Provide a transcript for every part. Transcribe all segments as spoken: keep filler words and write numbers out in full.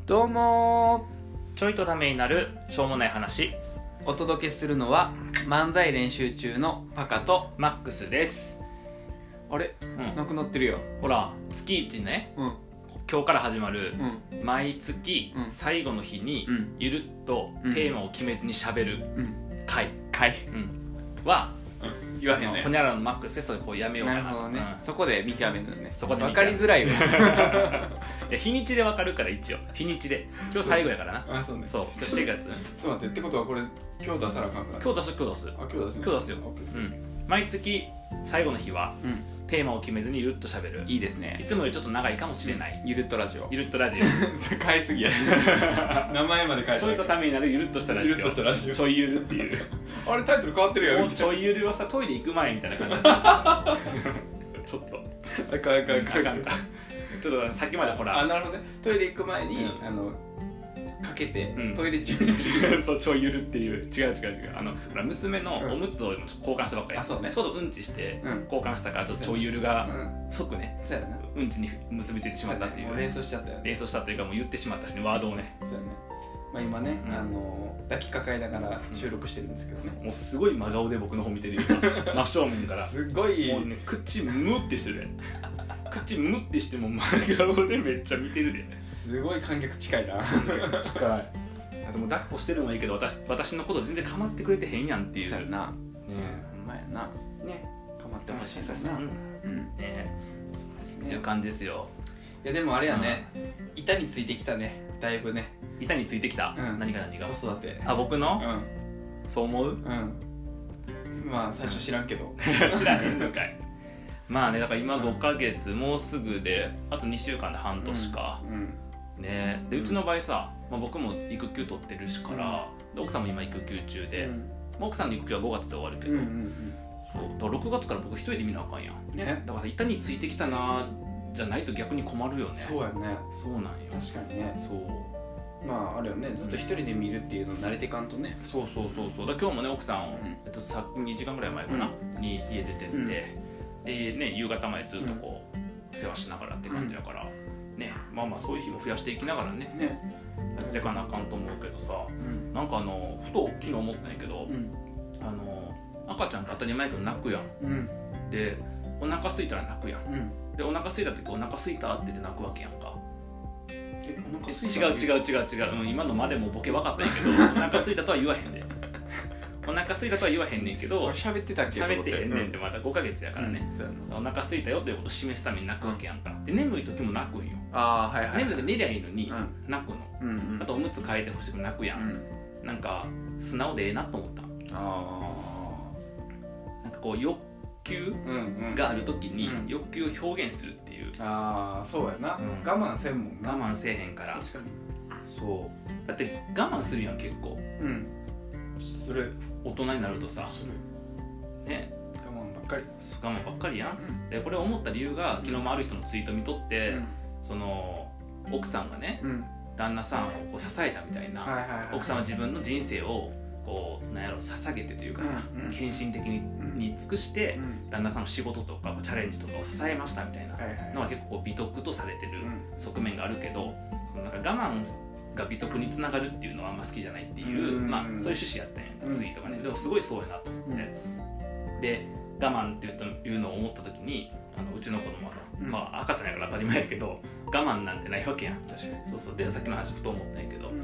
どうもちょいとためになるしょうもない話、 お届けするのは漫才練習中のパカとマックスです。 あれ、 うん、 なくなってるよ。 ほら月いちね、 うん今日から始まる、 うん、 毎月最後の日にうんゆるっとテーマを決めずにしゃべるうん回、 かい、 うん、は、 うん、言わへんね。 ほにゃららのマックスでそれこうやめようかな。 なるほどね、 うん、 そこで見極めるのね。 そこで分かりづらいわいや日にちで分かるから、一応日にちで今日最後やからな。 あ、そうね。 そう今日しがつそう待って、ってことはこれ今日出さなあかんから今日出す今日出すあ、今日出す今日出すよ、 オッケー、 うん、毎月最後の日はうん、 テーマを決めずにゆるっとしゃべる。 いいですね。 いつもよりちょっと長いかもしれない、 ゆるっとラジオ。 ゆるっとラジオ変えすぎや名前まで変えちょいとためになるゆるっとしたラジオ、 ゆるっとしたラジオちょいゆるっていうあれタイトル変わってるやん。 もうちょいゆるはさ、トイレ行く前みたいな感じだったちょっとあかんあかんあかんあかんかちょっとさっきまでほらあ、なるほどね。トイレ行く前に、 うん、 あのかけて、 うん、 トイレ中にそうちょいゆるっていう、違う違う違う、あのほら娘のおむつを今交換したばっかり、 あ、そうね。 ちょうどうんちしてうん交換したから、ちょっとちょいゆるがうん、 即ね、 そうやな。 うんちに結びついてしまったっていう、 もう連想しちゃったよね。 連想したというか、もう言ってしまったしね、ワードをね。 そうやね。まあ今ね、 うん、 あの抱きかかえながら収録してるんですけどね。 もうすごい真顔で僕の方見てるよ真正面から。 すごいもうね、口ムってしてるね口ムってしても真顔でめっちゃ見てるですごい観客近いな。 近い。あともう抱っこしてるのはいいけど、私私のこと全然構ってくれてへんやんっていう。 そうやな。 ねほんまやな。 ね、 構ってほしいな。 うんうん。 ね、 そうですね。 っていう感じですよ。 いやでもあれやね、板についてきたね。だいぶね。 板についてきた。 うん、 何が何が。 子育て。 あ、僕の？ うん。 そう思う？ うん。まあ最初知らんけど。 知らへんのかい。まあね、だから今ごかげつ、もうすぐであとにしゅうかんで半年か。 うん。うんね、でうちの場合さ、まあ、僕も育休取ってるしから、うん、で奥さんも今育休中で、うん、奥さんの育休はごがつで終わるけど、うんうんうん、そうだからろくがつから僕一人で見なあかんやん、ね、だから板についてきたなじゃないと逆に困るよね。 そうやね。そうなんよ。確かにね。そうまああれよね、ずっと一人で見るっていうの慣れてかんとね。 そうそうそうそう。だ今日もね、奥さんを、うん、えっと、さにじかんぐらい前かな、うん、に家出てって、うん、でね、夕方までずっとこう、うん、世話しながらって感じだから、うんね、まあまあそういう日も増やしていきながら ね, ねやっていかなあかんと思うけどさ、うん、なんかあのふと昨日思ったんやけど、うん、あの赤ちゃんって当たり前やけど泣くやん、うん、でお腹空いたら泣くやん、うん、でお腹空いた時お腹空いたって言って泣くわけやんか。えお腹空いた違う違う違う違う、うん、今のまでもボケ分かったんやけどお腹空いたとは言わへんでお腹空いたとは言わへんねんけど、 喋ってたっけ喋ってへんねんって、またごかげつやからね、うん、お腹空いたよということを示すために泣くわけやんか。で眠い時も泣くんよ。 あ、はいはいはい、 眠い時寝りゃいいのに泣くの、うんうん、あとおむつ替えてほしく泣くやん、うん、なんか素直でええなと思った。あなんかこう欲求がある時に欲求を表現するっていう、うん、 ああそうやな、うん、我慢せんもんな。 我慢せえへんから。 確かにそうだって我慢するやん結構、うんする。 大人になるとさするね、 我慢ばっかり我慢ばっかりやん、うん、でこれ思った理由が昨日もある人のツイート見とって、うん、その奥さんがね、うん、旦那さんをこう支えたみたいな、はいはいはいはい、奥さんは自分の人生をこうなんやろ捧げてというかさ、うんうん、献身的に、うん、に尽くして、うん、旦那さんの仕事とかチャレンジとかを支えましたみたいなのは結構美徳とされてる側面があるけど、うん、なんか我慢が美徳につながるっていうのはあんま好きじゃないっていう、うん、まあそういう趣旨やったんやんか、ツイートがね。でもすごいそうやなと思って、うん、で我慢っていうのを思った時に、あのうちの子供はさ、うん、まあ赤ちゃんやから当たり前やけど我慢なんてないわけやん。確かに。そうそう。でさっきの話ふと思ったんやけど、うん、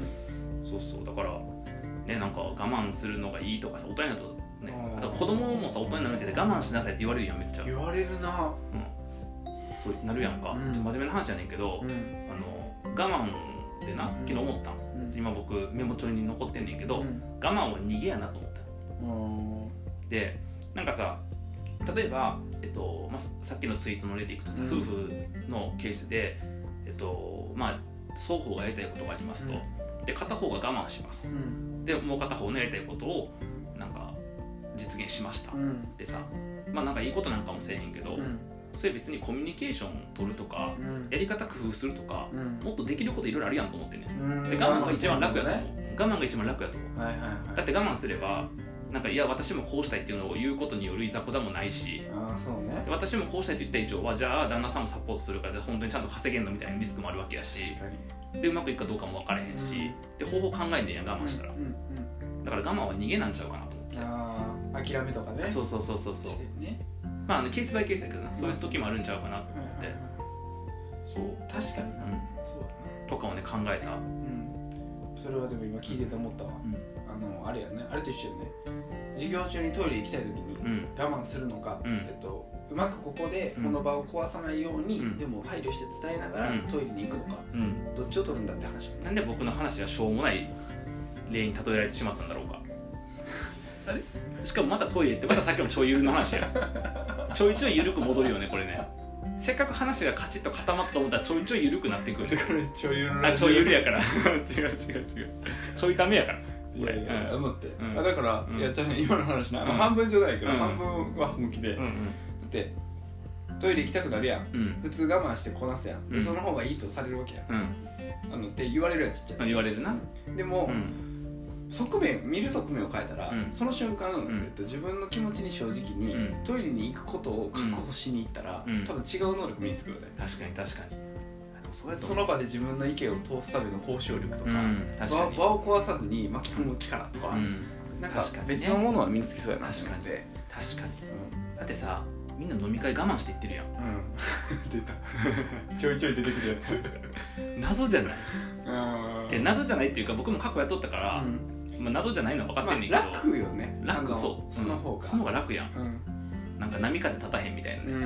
そうそうだからね、なんか我慢するのがいいとかさ、大人になるとね、あと子供もさ大人になるについて我慢しなさいって言われるやん。めっちゃ言われるな。 うん、そうなるやんか、うん、ちょっと真面目な話やねんけど、うん、あの我慢でな、昨日思ったん、うん、今僕メモ帳に残ってんねんけど、うん、我慢は逃げやなと思った、うん、でなんかさ例えば、えっとまあ、さっきのツイートの例でいくとさ、うん、夫婦のケースで、えっとまあ、双方がやりたいことがありますと、うん、で片方が我慢します、うん、でもう片方のやりたいことをなんか実現しました、うん、でさまあなんかいいことなんかもせえへんけど、うんそれ別にコミュニケーション取るとか、うん、やり方工夫するとか、うん、もっとできることいろいろあるやんと思ってね、うん、で我慢が一番楽やと思う、ね、我慢が一番楽やと思う、はいはいはい、だって我慢すればなんかいや私もこうしたいっていうのを言うことによるいざこざもないし、 あそうね、 私もこうしたいと言った以上はじゃあ旦那さんもサポートするからじゃあ本当にちゃんと稼げんのみたいなリスクもあるわけやし、 確かにでうまくいくかどうかも分からへんし、うん、で方法考えんでんや我慢したら、うんうんうん、だから我慢は逃げなんちゃうかなと思って。 あ諦めとかね。 そうそうそうそうそう、ね、まあ、あのケースバイケースだけどな、そういう時もあるんちゃうかなと思って、うんうんうん、そう確かにな、うん、そうだねとかをね考えた、うん、 それはでも今聞いてて思ったわ、うん、あのあれやね、あれと一緒よね、授業中にトイレ行きたい時に我慢するのか、うんえっと、うまくここでこの場を壊さないように、うん、でも配慮して伝えながらトイレに行くのか、うん、どっちを取るんだって話、 なんで僕の話がしょうもない例に例えられてしまったんだろうかあれしかもまたトイレってまたさっきのちょいゆるの話やちょいちょいゆるく戻るよねこれね。せっかく話がカチッと固まったと思ったらちょいちょいゆるくなってくる。 これちょいゆるあちょいゆるやから違う違う違うちょいためやからいやいや、うん、思って、うん、だから、うん、いやじゃあ今の話な、うん、半分ちょうだいけど、うん、半分は本気で、うんうん、だってトイレ行きたくなるやん、うん、普通我慢してこなすやん、でその方がいいとされるわけやん、うん、あのって言われるやんちっちゃい言われるな。 でも、うん側面見る側面を変えたら、うん、その瞬間、うんえっと、自分の気持ちに正直に、うん、トイレに行くことを確保しに行ったら、うん、多分違う能力身につくよね。 確かに確かに。 そ, その場で自分の意見を通すための交渉力とか、うん、確かに 場, 場を壊さずに巻き込む力とか、うん、なんか別のものは身につきそうやな。 確かにね。確かに、うん、だってさみんな飲み会我慢していってるやん、うん、 出たちょいちょい出てくるやつ謎じゃない。で謎じゃないっていうか僕も過去やっとったから、うんまあ、謎じゃないのは分かってんねんけど、 まあ、楽よね。 楽そうその方が、 うん、その方が楽やん、うん、なんか波風立たへんみたいなね、うん、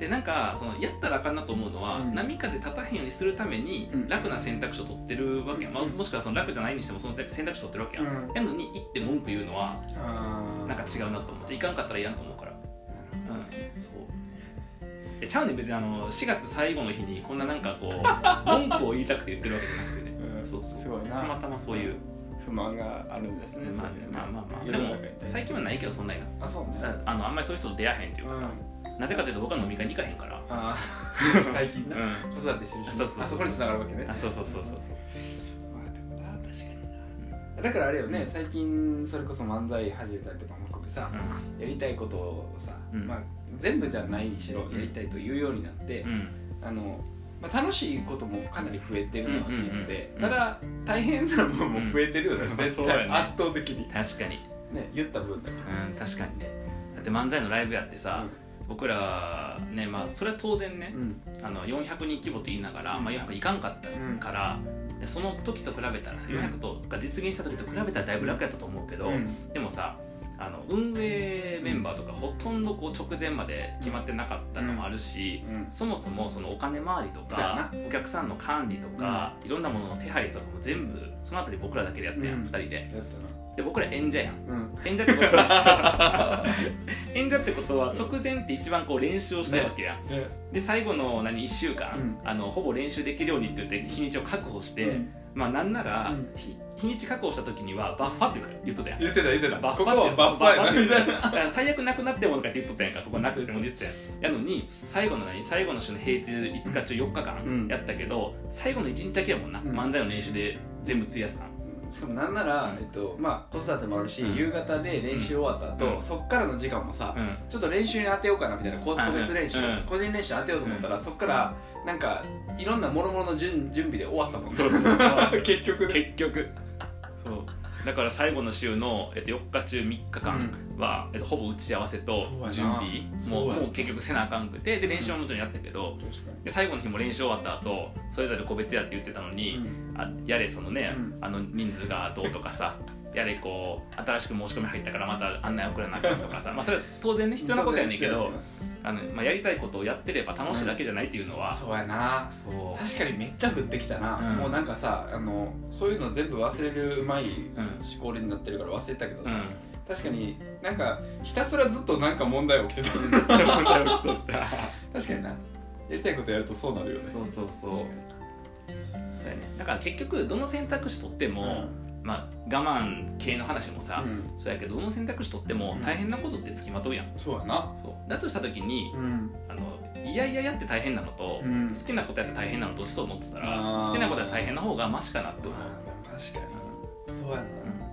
でなんかそのやったらあかんなと思うのは、うん、波風立たへんようにするために楽な選択肢を取ってるわけやん、まあ、もしくはその楽じゃないにしてもその選択肢を取ってるわけやん、うん、やのに行って文句言うのはなんか違うなと思って、いかんかったらいいやんと思うから、うん、そうちゃうねん別にあのしがつ最後の日にこんななんかこう文句を言いたくて言ってるわけじゃなくてね、うん、そうそうすごいな、たまたまそういう不満があるんですね。 まあまあまあまあでも最近はないけどそんなにな。 あそうね。 あのあんまりそういう人と出会えへんっていうかさ、うん、なぜかというと僕は飲み会に行かへんから。 あ最近な、うん、子育てしてるし、そうそうそう、あそこに繋がるわけね。 あそうそうそうそうそう。 まあでもな確かにな、うん。だからあれよね、最近それこそ漫才始めたりとかも含めさ、うん、やりたいことをさ、うん、まあ全部じゃないにしろやりたいというようになって、うん、あの。まあ、楽しいこともかなり増えてるのは事実で、ただ大変なものも増えてるよね、うん、絶対、ね、圧倒的に確かにね、言った分だけ、 うん、確かにね。だって漫才のライブやってさ、うん、僕らね、まあそれは当然ね、うん、あのよんひゃくにん規模と言いながら、まあ、よんひゃくいかんかったから、うん、その時と比べたらさ、よんひゃくとが実現した時と比べたらだいぶ楽やったと思うけど、うん、でもさあの運営メンバーとかほとんどこう直前まで決まってなかったのもあるし、うんうん、そもそもそのお金回りとかお客さんの管理とか、うん、いろんなものの手配とかも全部そのあたり僕らだけでやったやん、うん、ふたりで。で僕ら演者やん、うん、演者ってことは演者ってことは直前って一番こう練習をしたいわけやん、ねね、で最後の何いっしゅうかん、うん、あのほぼ練習できるようにって言って日にちを確保して、うん、まあなんなら、うん、日にち確保した時にはバッファって言っとったやん。 言ってた言ってた。 バッファってバッファやなみたいな。だから最悪なくなってもとかって言っとったやんか。ここなくても言ってたやん。やのに最後の何最後の週の平日いつか中よっかかんやったけど、うん、最後のいちにちだけやもんな、うん、漫才の練習で全部費やすな。 しかもなんなら、えっとまあ、子育てもあるし、うん、夕方で練習終わった後、うん、そっからの時間もさ、うん、ちょっと練習に当てようかなみたいな個別練習、うん、個人練習当てようと思ったら、うん、そっからなんかいろんな諸々の 準, 準備で終わったもんね。そうそうそう結局結局そうだから最後の週の、えっと、よっか中みっかかんは、うんえっと、ほぼ打ち合わせと準備も う, もう結局せなあかんくて、で練習はもちろんやったけど、うん、で最後の日も練習終わった後それぞれ個別やって言ってたのに、うん、あやれそのね、うん、あの人数がどうとかさやれこう新しく申し込み入ったからまた案内送らなあかんとかさまあそれは当然ね必要なことやねんけど、あの、まあ、やりたいことをやってれば楽しいだけじゃないっていうのは、 うん、そうやな。そう確かにめっちゃ降ってきたな、うん、もうなんかさあのそういうの全部忘れるうまい思考になってるから忘れたけどさ、うん、確かになんかひたすらずっとなんか問題起きてた問題起きとった確かにな、やりたいことやるとそうなるよね。 そうそうそうそうやね。だから結局どの選択肢とっても、うんまあ、我慢系の話もさ、うん、そうやけどどの選択肢とっても大変なことってつきまとうやん、うん、 そうやな。 そうだとした時に、うん、あのいやいややって大変なのと、うん、好きなことやって大変なのとどっちと思ってたら好きなことや大変な方がマシかなって思う。 あ確かに、うん、そうやな、うん、同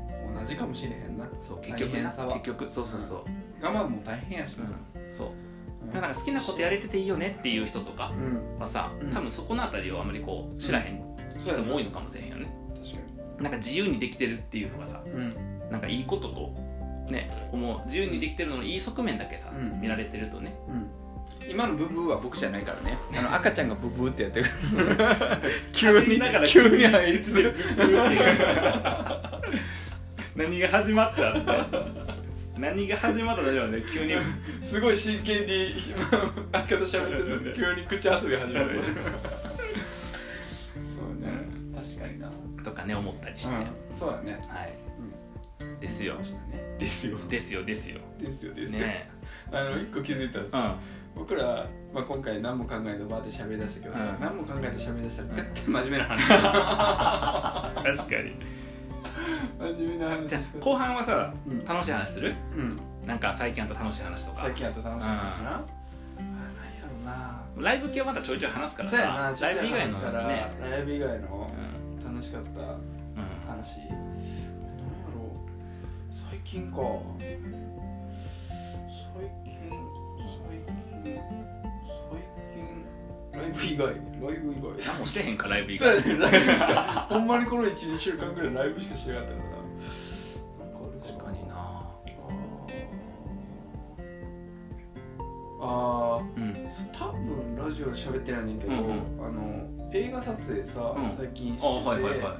同じかもしれへんな。 そう結局な結局そうそうそう、 うん、我慢も大変やしな、うん、 そう、うん、だから好きなことやれてていいよねっていう人とかはさ、うん、多分そこのあたりをあまりこう知らへん人も多いのかもしれへんよね、 うん、確かになんか自由にできてるっていうのがさ、うん、なんかいいこととね、もう自由にできてるののいい側面だけさ、うん、見られてるとね、 うん、今のブブーは僕じゃないからね、あの赤ちゃんがブブーってやってる急に急に入りつつ何が始まったって何が始まったんだろうね、急にすごい真剣に赤と喋ってるのに急に口遊び始めてるそうね、確かになとかね思ったりして、 うん、そうだね、 はい、うん、ですよですよですよですよですよですよね、 あの一個気づいたんですよ、うん、僕ら、まあ、今回何も考えてバーって喋り出したけどさ、うん、何も考えて喋り出したら絶対真面目な話確かに真面目な話。 じゃあ後半はさ、うん、楽しい話する、うん、なんか最近あった楽しい話とか最近あった楽しい話な、うん、あ、何やろな、 ライブ系はまたちょいちょい話すからさ、 なライブ以外のね、ライブ以外の楽しかった話、うん、何やろう、最近か最近最近最近ライブ以外ライブ以外何もしてへんかライブ以外そうやね、ライブしかほんまにこの いち,に 週間ぐらいライブしかしなかったからな。なんかある確かになあー、うん、多分ラジオで喋ってないねんけど、うんうん、あの映画撮影さ、うん、最近してて、はいはいはい、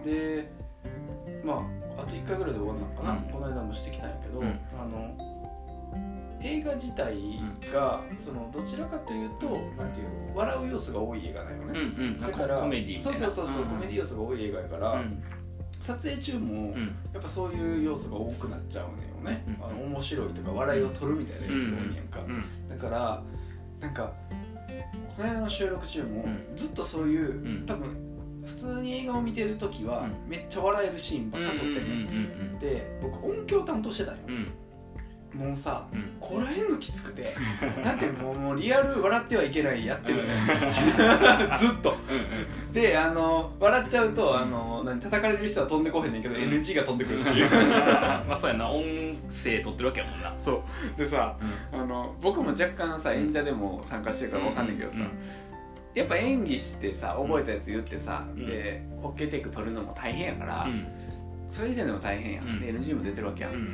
でまああといっかいぐらいで終わんのかな、うん、この間もしてきたんやけど、うん、あの映画自体が、うん、そのどちらかというと、なんていうの、笑う要素が多い映画だよね、うんうん、だからコメディみたいな、 そうそうそうそう、うん、コメディ要素が多い映画やから、うん、撮影中も、うん、やっぱそういう要素が多くなっちゃうのよね、うん、あの面白いとか笑いを取るみたいなやつが多いんやんか、うんうん、だからなんかこの間の収録中も、うん、ずっとそういう、うん、多分普通に映画を見てるときは、うん、めっちゃ笑えるシーンばっか撮ってる、ね、で僕音響担当してたんよ、うん、もうさ、うん、こら辺のきつくてなんていうの、もうリアル笑ってはいけないやってるのよずっとで、あの笑っちゃうとあの何叩かれる人は飛んでこへんねんけど、うん、エヌジー が飛んでくるっていうまあそうやな、音声取ってるわけやもんな。 そうでさ、うん、あの僕も若干さ演者でも参加してるから分かんないけどさ、うんうん、やっぱ演技してさ覚えたやつ言ってさ、うん、で OK テイク取るのも大変やから、うん、そういう時点でも大変やん、うん、で エヌジー も出てるわけやん、うんうん、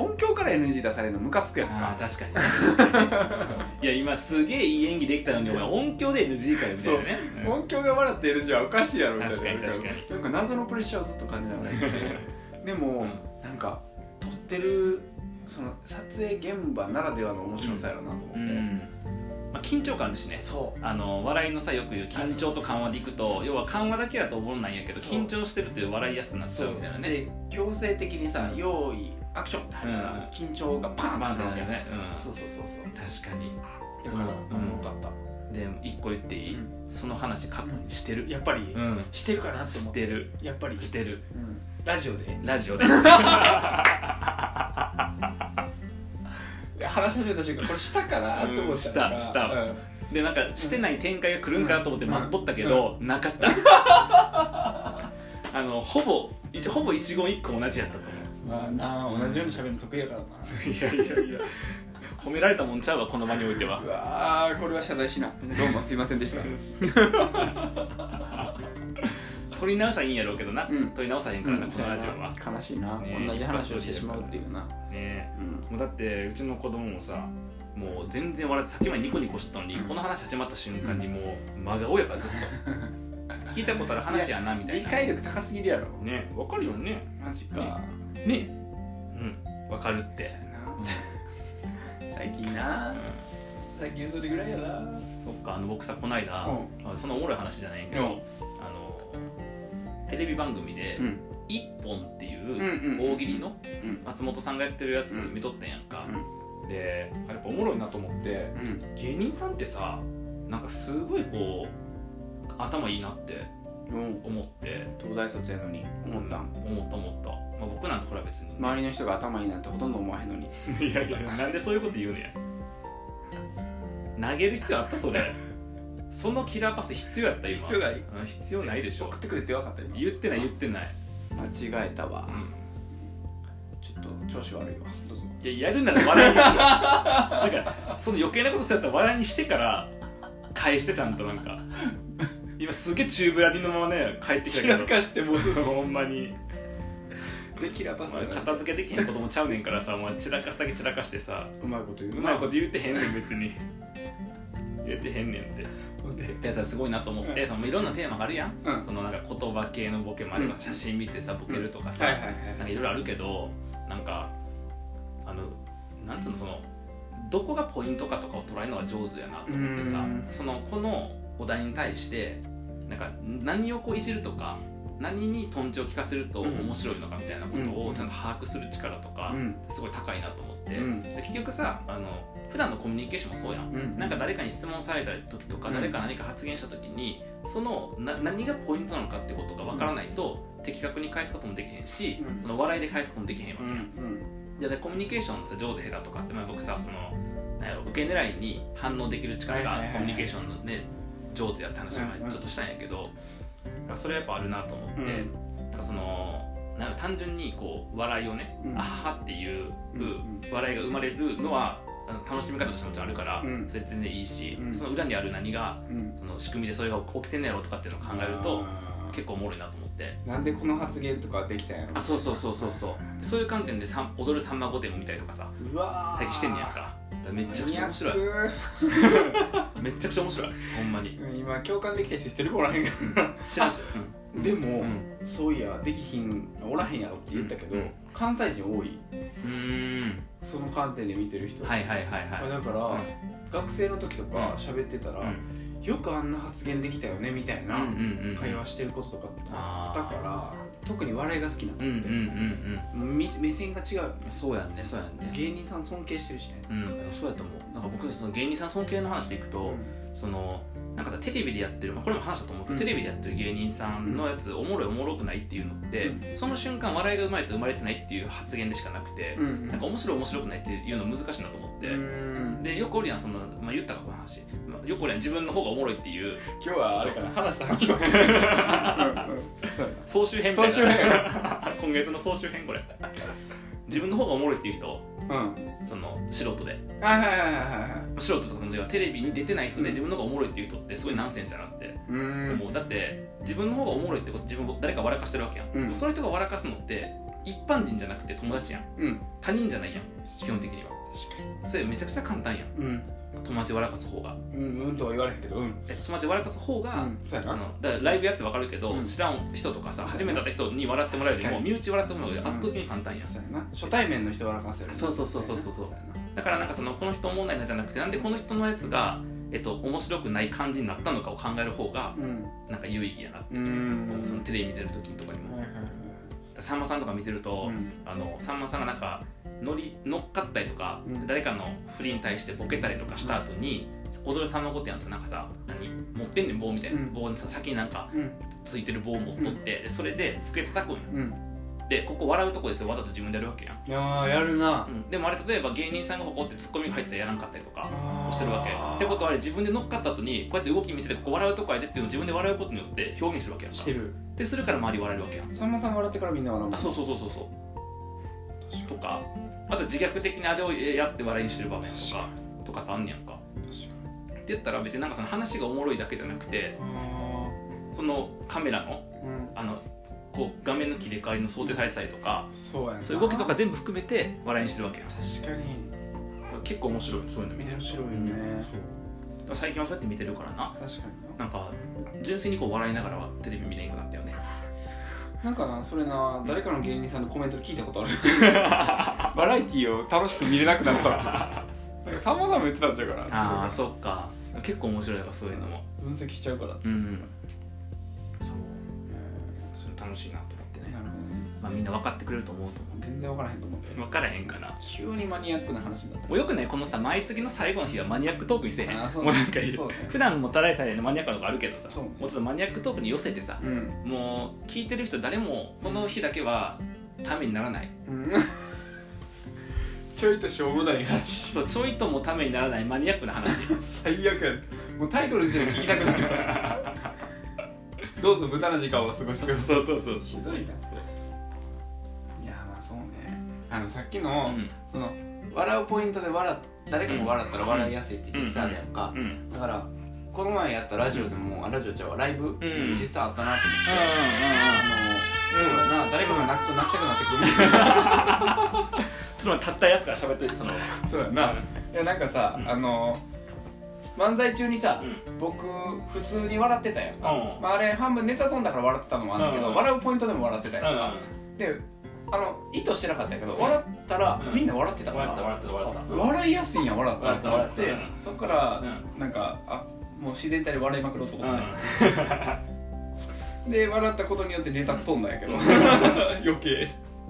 音響から エヌジー 出されるのムカつくやんか。 あ確かにいや今すげえいい演技できたのにお前音響で エヌジー かよみたいなね、 うん、音響が笑って エヌジー はおかしいやろみたいな。 確かに確かになんか謎のプレッシャーをずっと感じながら言ってでも、うん、なんか撮ってるその撮影現場ならではの面白さやろなと思って、うんうんまあ、緊張感あるしね。そうあの笑いのさよく言う緊張と緩和でいくと要は緩和だけだと思うないんやけど緊張してると笑いやすくなっちゃうみたいなね。で強制的にさ用意アクションって入るから、うん、緊張がパンパンってなるよね、うん、そうそうそうそう確かにだから重かった、 うん、で一個言っていい、うん、その話過去にしてるやっぱり、うん、してるかなって思ってしてるやっぱりしてる、 うん、ラジオでラジオで話し始めた瞬間これしたかなって思ったから、うん、したした、うん、でなんかしてない展開が来るんかなと思って待っとったけど、うん、なかったあのほぼほぼ一言一句同じやったと思う。 まあなあ同じように喋るの得意やからな。 いやいやいや褒められたもんちゃうわこの場においては。 うわーこれは謝罪しな。どうもすいませんでした撮り直したらいいんやろうけどな、うん、撮り直さへんからな、 うん、 このラジオは悲しいな、ね、同じ話をしてしまうっていうなね、うん、もうだってうちの子供もさもう全然笑ってさっきまでニコニコしてたのに、うん、この話始まった瞬間にもう真顔やからずっと聞いたことある話やなみたいな。 理解力高すぎるやろね、わかるよね。 マジかね、ねうん、わかるって最近な、うん、最近それぐらいやな。 そっか、あの僕さこないだ、うん、そんなおもろい話じゃないけど、うん、あのテレビ番組で、うん、一本っていう大喜利の松本さんがやってるやつ見とったんやんか、うん、でやっぱおもろいなと思って、うん、芸人さんってさなんかすごいこう頭いいなって思って、 うん、東大卒やのに思ったん、 うん、思った思った、まあ、僕なんてほら別に、ね、 周りの人が頭いいなんてほとんど思わへんのにいやいやなんでそういうこと言うのや投げる必要あったそれそのキラーパス必要やった今。 必要ない、 うん、必要ないでしょ。 送ってくれって分かった今。 言ってない言ってない間違えたわ、 ちょっと調子悪いわどうぞ。 いややるなら笑いにしろだからその余計なことするったら笑いにしてから返してちゃんとなんか今すげえ宙ぶらりのままね帰ってきたけど散らかしてもうほんまにでキラパス、 まあ、片付けできへん子供ちゃうねんからさもう散らかすだけ散らかしてさうまいこと言ううまいこと言うてへんねん別に言うてへんねんってやったらすごいなと思って、うん、そのいろんなテーマがあるやん、うん、そのなんか言葉系のボケもあれば、うん、写真見てさボケるとかさ、うん、なんかいろいろあるけどなんかあのなんつうのそのどこがポイントかとかを捉えるのが上手やなと思ってさそのこのお題に対してなんか何をこういじるとか何にトンチを聞かせると面白いのかみたいなことをちゃんと把握する力とかすごい高いなと思って、うん、結局さあの普段のコミュニケーションもそうやん、うん、なんか誰かに質問された時とか、うん、誰か何か発言した時にそのな何がポイントなのかってことが分からないと、うん、的確に返すこともできへんし、うん、その笑いで返すこともできへんわけやん、うん、でコミュニケーションのさ上手下手とかって、まあ、僕さそのなんやろ受け狙いに反応できる力がコミュニケーションのね上手やって話をちょっとしたんやけど、うん、それはやっぱあるなと思って、うん、なんかそのなんか単純にこう笑いをね、うん、あははっていう笑いが生まれるのは楽しみ方としてもちろんあるから、うん、それ全然いいし、うん、その裏にある何が、うん、その仕組みでそれが起きてんねやろとかっていうのを考えると結構おもろいなと思って、 なんでこの発言とかできたんやろあそうそうそうそうそうそういう観点でさ踊るさんま御殿見たりとかさうわ最近してんねやんかめっちゃくちゃ面白いめっちゃくちゃ面白いほんまに今共感できた人一人もおらへんから知らんし、 うん、でも、うん、そういやできひんおらへんやろって言ったけど、うん、関西人多いうんその観点で見てる人はいはいはいはいだから、うん、学生の時とか喋ってたら、うん、よくあんな発言できたよねみたいな会話してることとかあったから、特に笑いが好きなんだって、うんうんうんうん、目線が違うよねそうやんねそうやんね芸人さん尊敬してるしね、 うん、そうやと思うなんか僕その芸人さん尊敬の話でいくと、うん、そのなんかさテレビでやってる、まあ、これも話したと思うけど、うん、テレビでやってる芸人さんのやつ、うん、おもろいおもろくないっていうのって、うん、その瞬間笑いが生まれて生まれてないっていう発言でしかなくて、うん、なんか面白い面白くないっていうの難しいなと思って、うん、でよくおるやんその、まあ、言ったかこの話、まあ、よくおるやん自分の方がおもろいっていう今日はあれかな話した話総集編総集編今月の総集編これ自分の方がおもろいっていう人、 うん、 その素人ではいはいはいはいはい素人とかそのテレビに出てない人で自分の方がおもろいっていう人ってすごいナンセンスやなって思う。だって自分の方がおもろいってこと自分誰か笑かしてるわけやん、うん、その人が笑かすのって一般人じゃなくて友達やん、うん、他人じゃないやん基本的には確かにそれめちゃくちゃ簡単やん、うん、友達笑かす方がうんうんとは言われへんけど、うん、 友達笑かす方が、うん、そうやなあのだからライブやって分かるけど、うん、知らん人とかさ初めて会った人に笑ってもらえるよりも身内笑ってもらうより圧倒的に簡単やん、 そうやな初対面の人笑かせるそうそうそうそうそうそうだからなんかそのこの人おもんないなじゃなくてなんでこの人のやつがえっと面白くない感じになったのかを考える方が、うん、なんか有意義やなってうんそのテレビ見てる時とかにも、はいはいはい、さんまさんとか見てると、うん、あのさんまさんがなんか乗り乗っかったりとか、うん、誰かの振りに対してボケたりとかした後に、うん、踊るさんま御殿やつなんかさ何持ってんねん棒みたいなやつ、うん、棒にさ先になんかついてる棒を持っとって、うん、でそれで机叩くんよ、うん、でここ笑うとこですよわざと自分でやるわけやんいやーやるな、 うん、でもあれ例えば芸人さんがここってツッコミが入ったらやらんかったりとかしてるわけってことはあれ自分で乗っかった後にこうやって動き見せてここ笑うとこやでっていうのを自分で笑うことによって表現してるわけやんかしてるでするから周り笑えるわけやんさんまさん笑ってからみんな笑うあそうそうそうそうそうとかあと自虐的にあれをやって笑いにしてる場面とかとかってあんねやんかって言ったら別になんかその話がおもろいだけじゃなくてそのカメラの、うん、あのこう画面の切り替わりの想定されてたりとかそうやなそういう動きとか全部含めて笑いにしてるわけやん確かに結構面白いそういうの見てる面白いよね、 うん、最近はそうやって見てるからな確かにななんか純粋にこう笑いながらはテレビ見れんくなったよねなんかなそれな誰かの芸人さんのコメント聞いたことあるバラエティーを楽しく見れなくなったってさんまさんも言ってたんちゃうかなああそっか結構面白いからそういうのも分析しちゃうからっつって、うん、 そうそれ楽しいなと思ってねなるほどね、まあ、みんな分かってくれると思うと思う全然分からへんと思って分からへんかな急にマニアックな話になったもうよくねこのさ毎月の最後の日はマニアックトークにせえへんあそうもうなんかいい、 ね、 普段もただいさえのマニアックなとこあるけどさ、 ね、 もうちょっとマニアックトークに寄せてさ、うん、もう聞いてる人誰もこの日だけはためにならない、うんちょいとしょうもない話そうちょいともためにならないマニアックな話最悪やもうタイトル自体聞きたくないどうぞ無駄な時間を過ごしてくださいそうそうそうひどいなそれいやまあそうねあのさっきの、うん、その笑うポイントで笑誰かが笑ったら笑いやすいって実際あるやんか、うんうん、だからこの前やったラジオでも、うん、ラジオじゃライブ、うん、実際あったなと思って、うん、あのそうやな、誰かが泣くと泣きたくなってくるちょっと立ったやつから喋っといてそのそうやな、いやなんかさ、うん、あの漫才中にさ、うん、僕普通に笑ってたやんか、うんまあ、あれ半分ネタ飛んだから笑ってたのもあるんだけど、うん、笑うポイントでも笑ってたやんか、うん、であの意図してなかったんやけど笑ったら、うん、みんな笑ってたから、 笑ってた笑ってた笑いやすいんや笑ったらって思って、 うん、 そっから、うん、なんかあもう自然体で笑いまくろうと思ってた、うん、で笑ったことによってネタ飛んだんやけど余計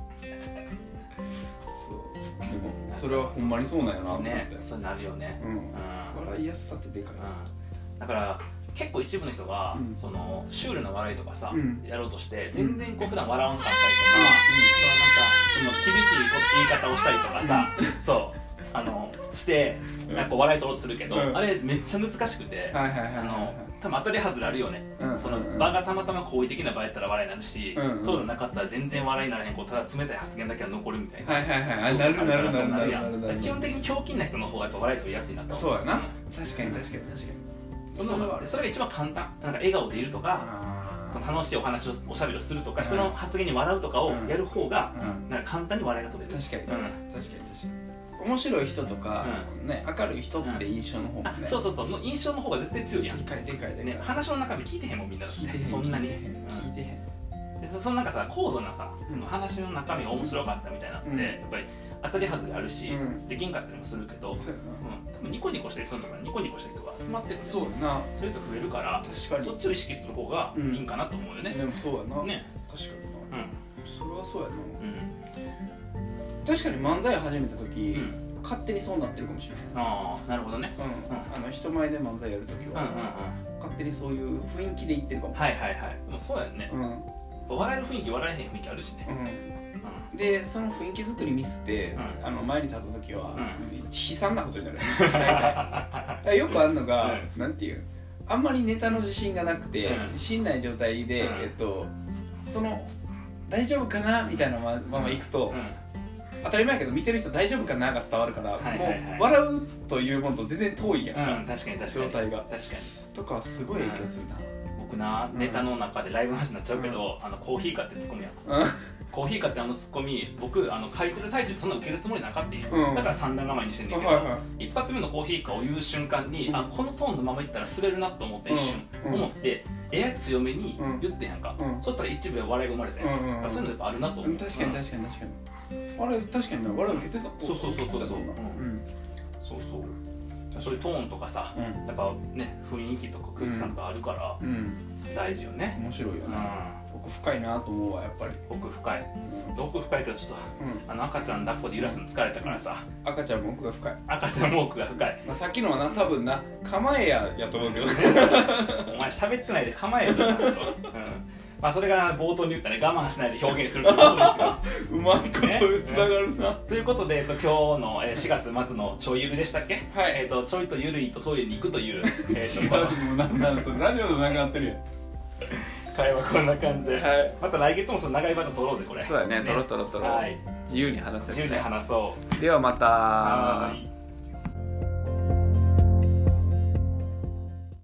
そうでもそれはほんまにそうなんやなと思って、 ね、そうなるよね、うんうん、笑いやすさってでかい、うん、 だから結構一部の人が、うん、そのシュールな笑いとかさ、うん、やろうとして全然こう普段笑わんかったりとか、うん、そのなんかその厳しい言い方をしたりとかさ、うん、そうあのしてなんか笑い取ろうとするけど、うん、あれめっちゃ難しくて、多分当たり外れあるよね、うん、その場がたまたま好意的な場合やったら笑いになるし、うん、そうじゃなかったら全然笑いにならへん、こうただ冷たい発言だけは残るみたいな、 はいはいはい、なるなるなるなるなる、 基本的にひょうきんな人の方がやっぱ笑い取りやすいなと思う。 そうやな、うん、確かに確かに確かに、 そ, それが一番簡単、なんか笑顔でいるとかその楽しいお話をおしゃべりをするとか、人の発言に笑うとかをやる方が、うん、なんか簡単に笑いが取れる。 確かに、うん、確かに確かに面白い人とか、うんね、明るい人って印象の方がね、 うん、そうそうそう、の印象の方が絶対強いやん。 でかいでかいでかい、ね、 話の中身聞いてへんもんみんなだって、ね、そんなに聞いてへん、でそのなんかさ高度なさ、その話の中身が面白かったみたいなのって、うん、やっぱり当たり外れあるし、うん、できんかったりもするけど、そうやな、うん、多分ニコニコしてる人とかニコニコした人が集まってるんで、 そうやな、 そういう人増えるから、確かにそっちを意識する方がいいんかなと思うよね、 うん、でもそうやな、ね、確かにな、うん、それはそうやな、うん、確かに漫才始めた時、うん勝手にそうなってるかもしれない。 ああ、なるほどね。うんうん、あの人前で漫才やるときは、うんうんうん、勝手にそういう雰囲気で言ってるかも。 はいはいはい。もうそうやね。うん、笑える雰囲気、笑えへん雰囲気あるしね。 うん、で、その雰囲気作りミスって、うん、あの前に立ったときは、うん、悲惨なことになる。大体よくあるのが、うん、なんていう、あんまりネタの自信がなくて、うん、自信ない状態で、うん、えっとその大丈夫かなみたいなままいくと。うんうん、当たり前やけど見てる人大丈夫かなが伝わるから、はいはいはい、もう笑うというものと全然遠いやんか、 うん、確かに確かに状態が確かにとかすごい影響するな、 うん、僕なネタの中でライブの話になっちゃうけど、うん、あのコーヒーかってツッコミやん、うん、コーヒーかってあのツッコミ僕あの書いてる最中そんな受けるつもりなかったんや、うん、だから三段構えにしてんねんけど、はいはい、一発目のコーヒーかを言う瞬間に、うん、あこのトーンのままいったら滑るなと思って一瞬、うん、思ってえや強めに言ってんやんか、うん、そしたら一部で笑いが生まれて、うんうん、そういうのやっぱあるなと思う。 確かに確かに確かに、あれ確かにね、笑い受けてた。 そうそうそうそうそう。うん、そうそう。そういうトーンとかさ、うん、やっぱね雰囲気とか空気感とかあるから、うん、大事よね。 面白いよね。うん、奥深いなと思うわやっぱり。 奥深い。うん、奥深いけどちょっと、うん、あの赤ちゃん抱っこで揺らすの疲れたからさ。 赤ちゃんも奥が深い。 赤ちゃんも奥が深い。 まあさっきのはな多分な構えややと思うけど。 お前喋ってないで構えやと。うんまあそれが冒頭に言ったね、我慢しないで表現するってことですよ。 うまいことにつながるな、 ね、ということで、えっと、今日のしがつ末のちょいゆるでしたっけ、はい、えっと、ちょいとゆるいとトイレに行くという、えー、と違う、もうなんなんそれラジオと繋がってるやん。 会話こんな感じで、はい、また来月もちょっと長いバージョン撮ろうぜこれ。 そうだね、撮ろう撮ろう撮ろう、はい、自由に話せる、 自由に話そう。 ではまた。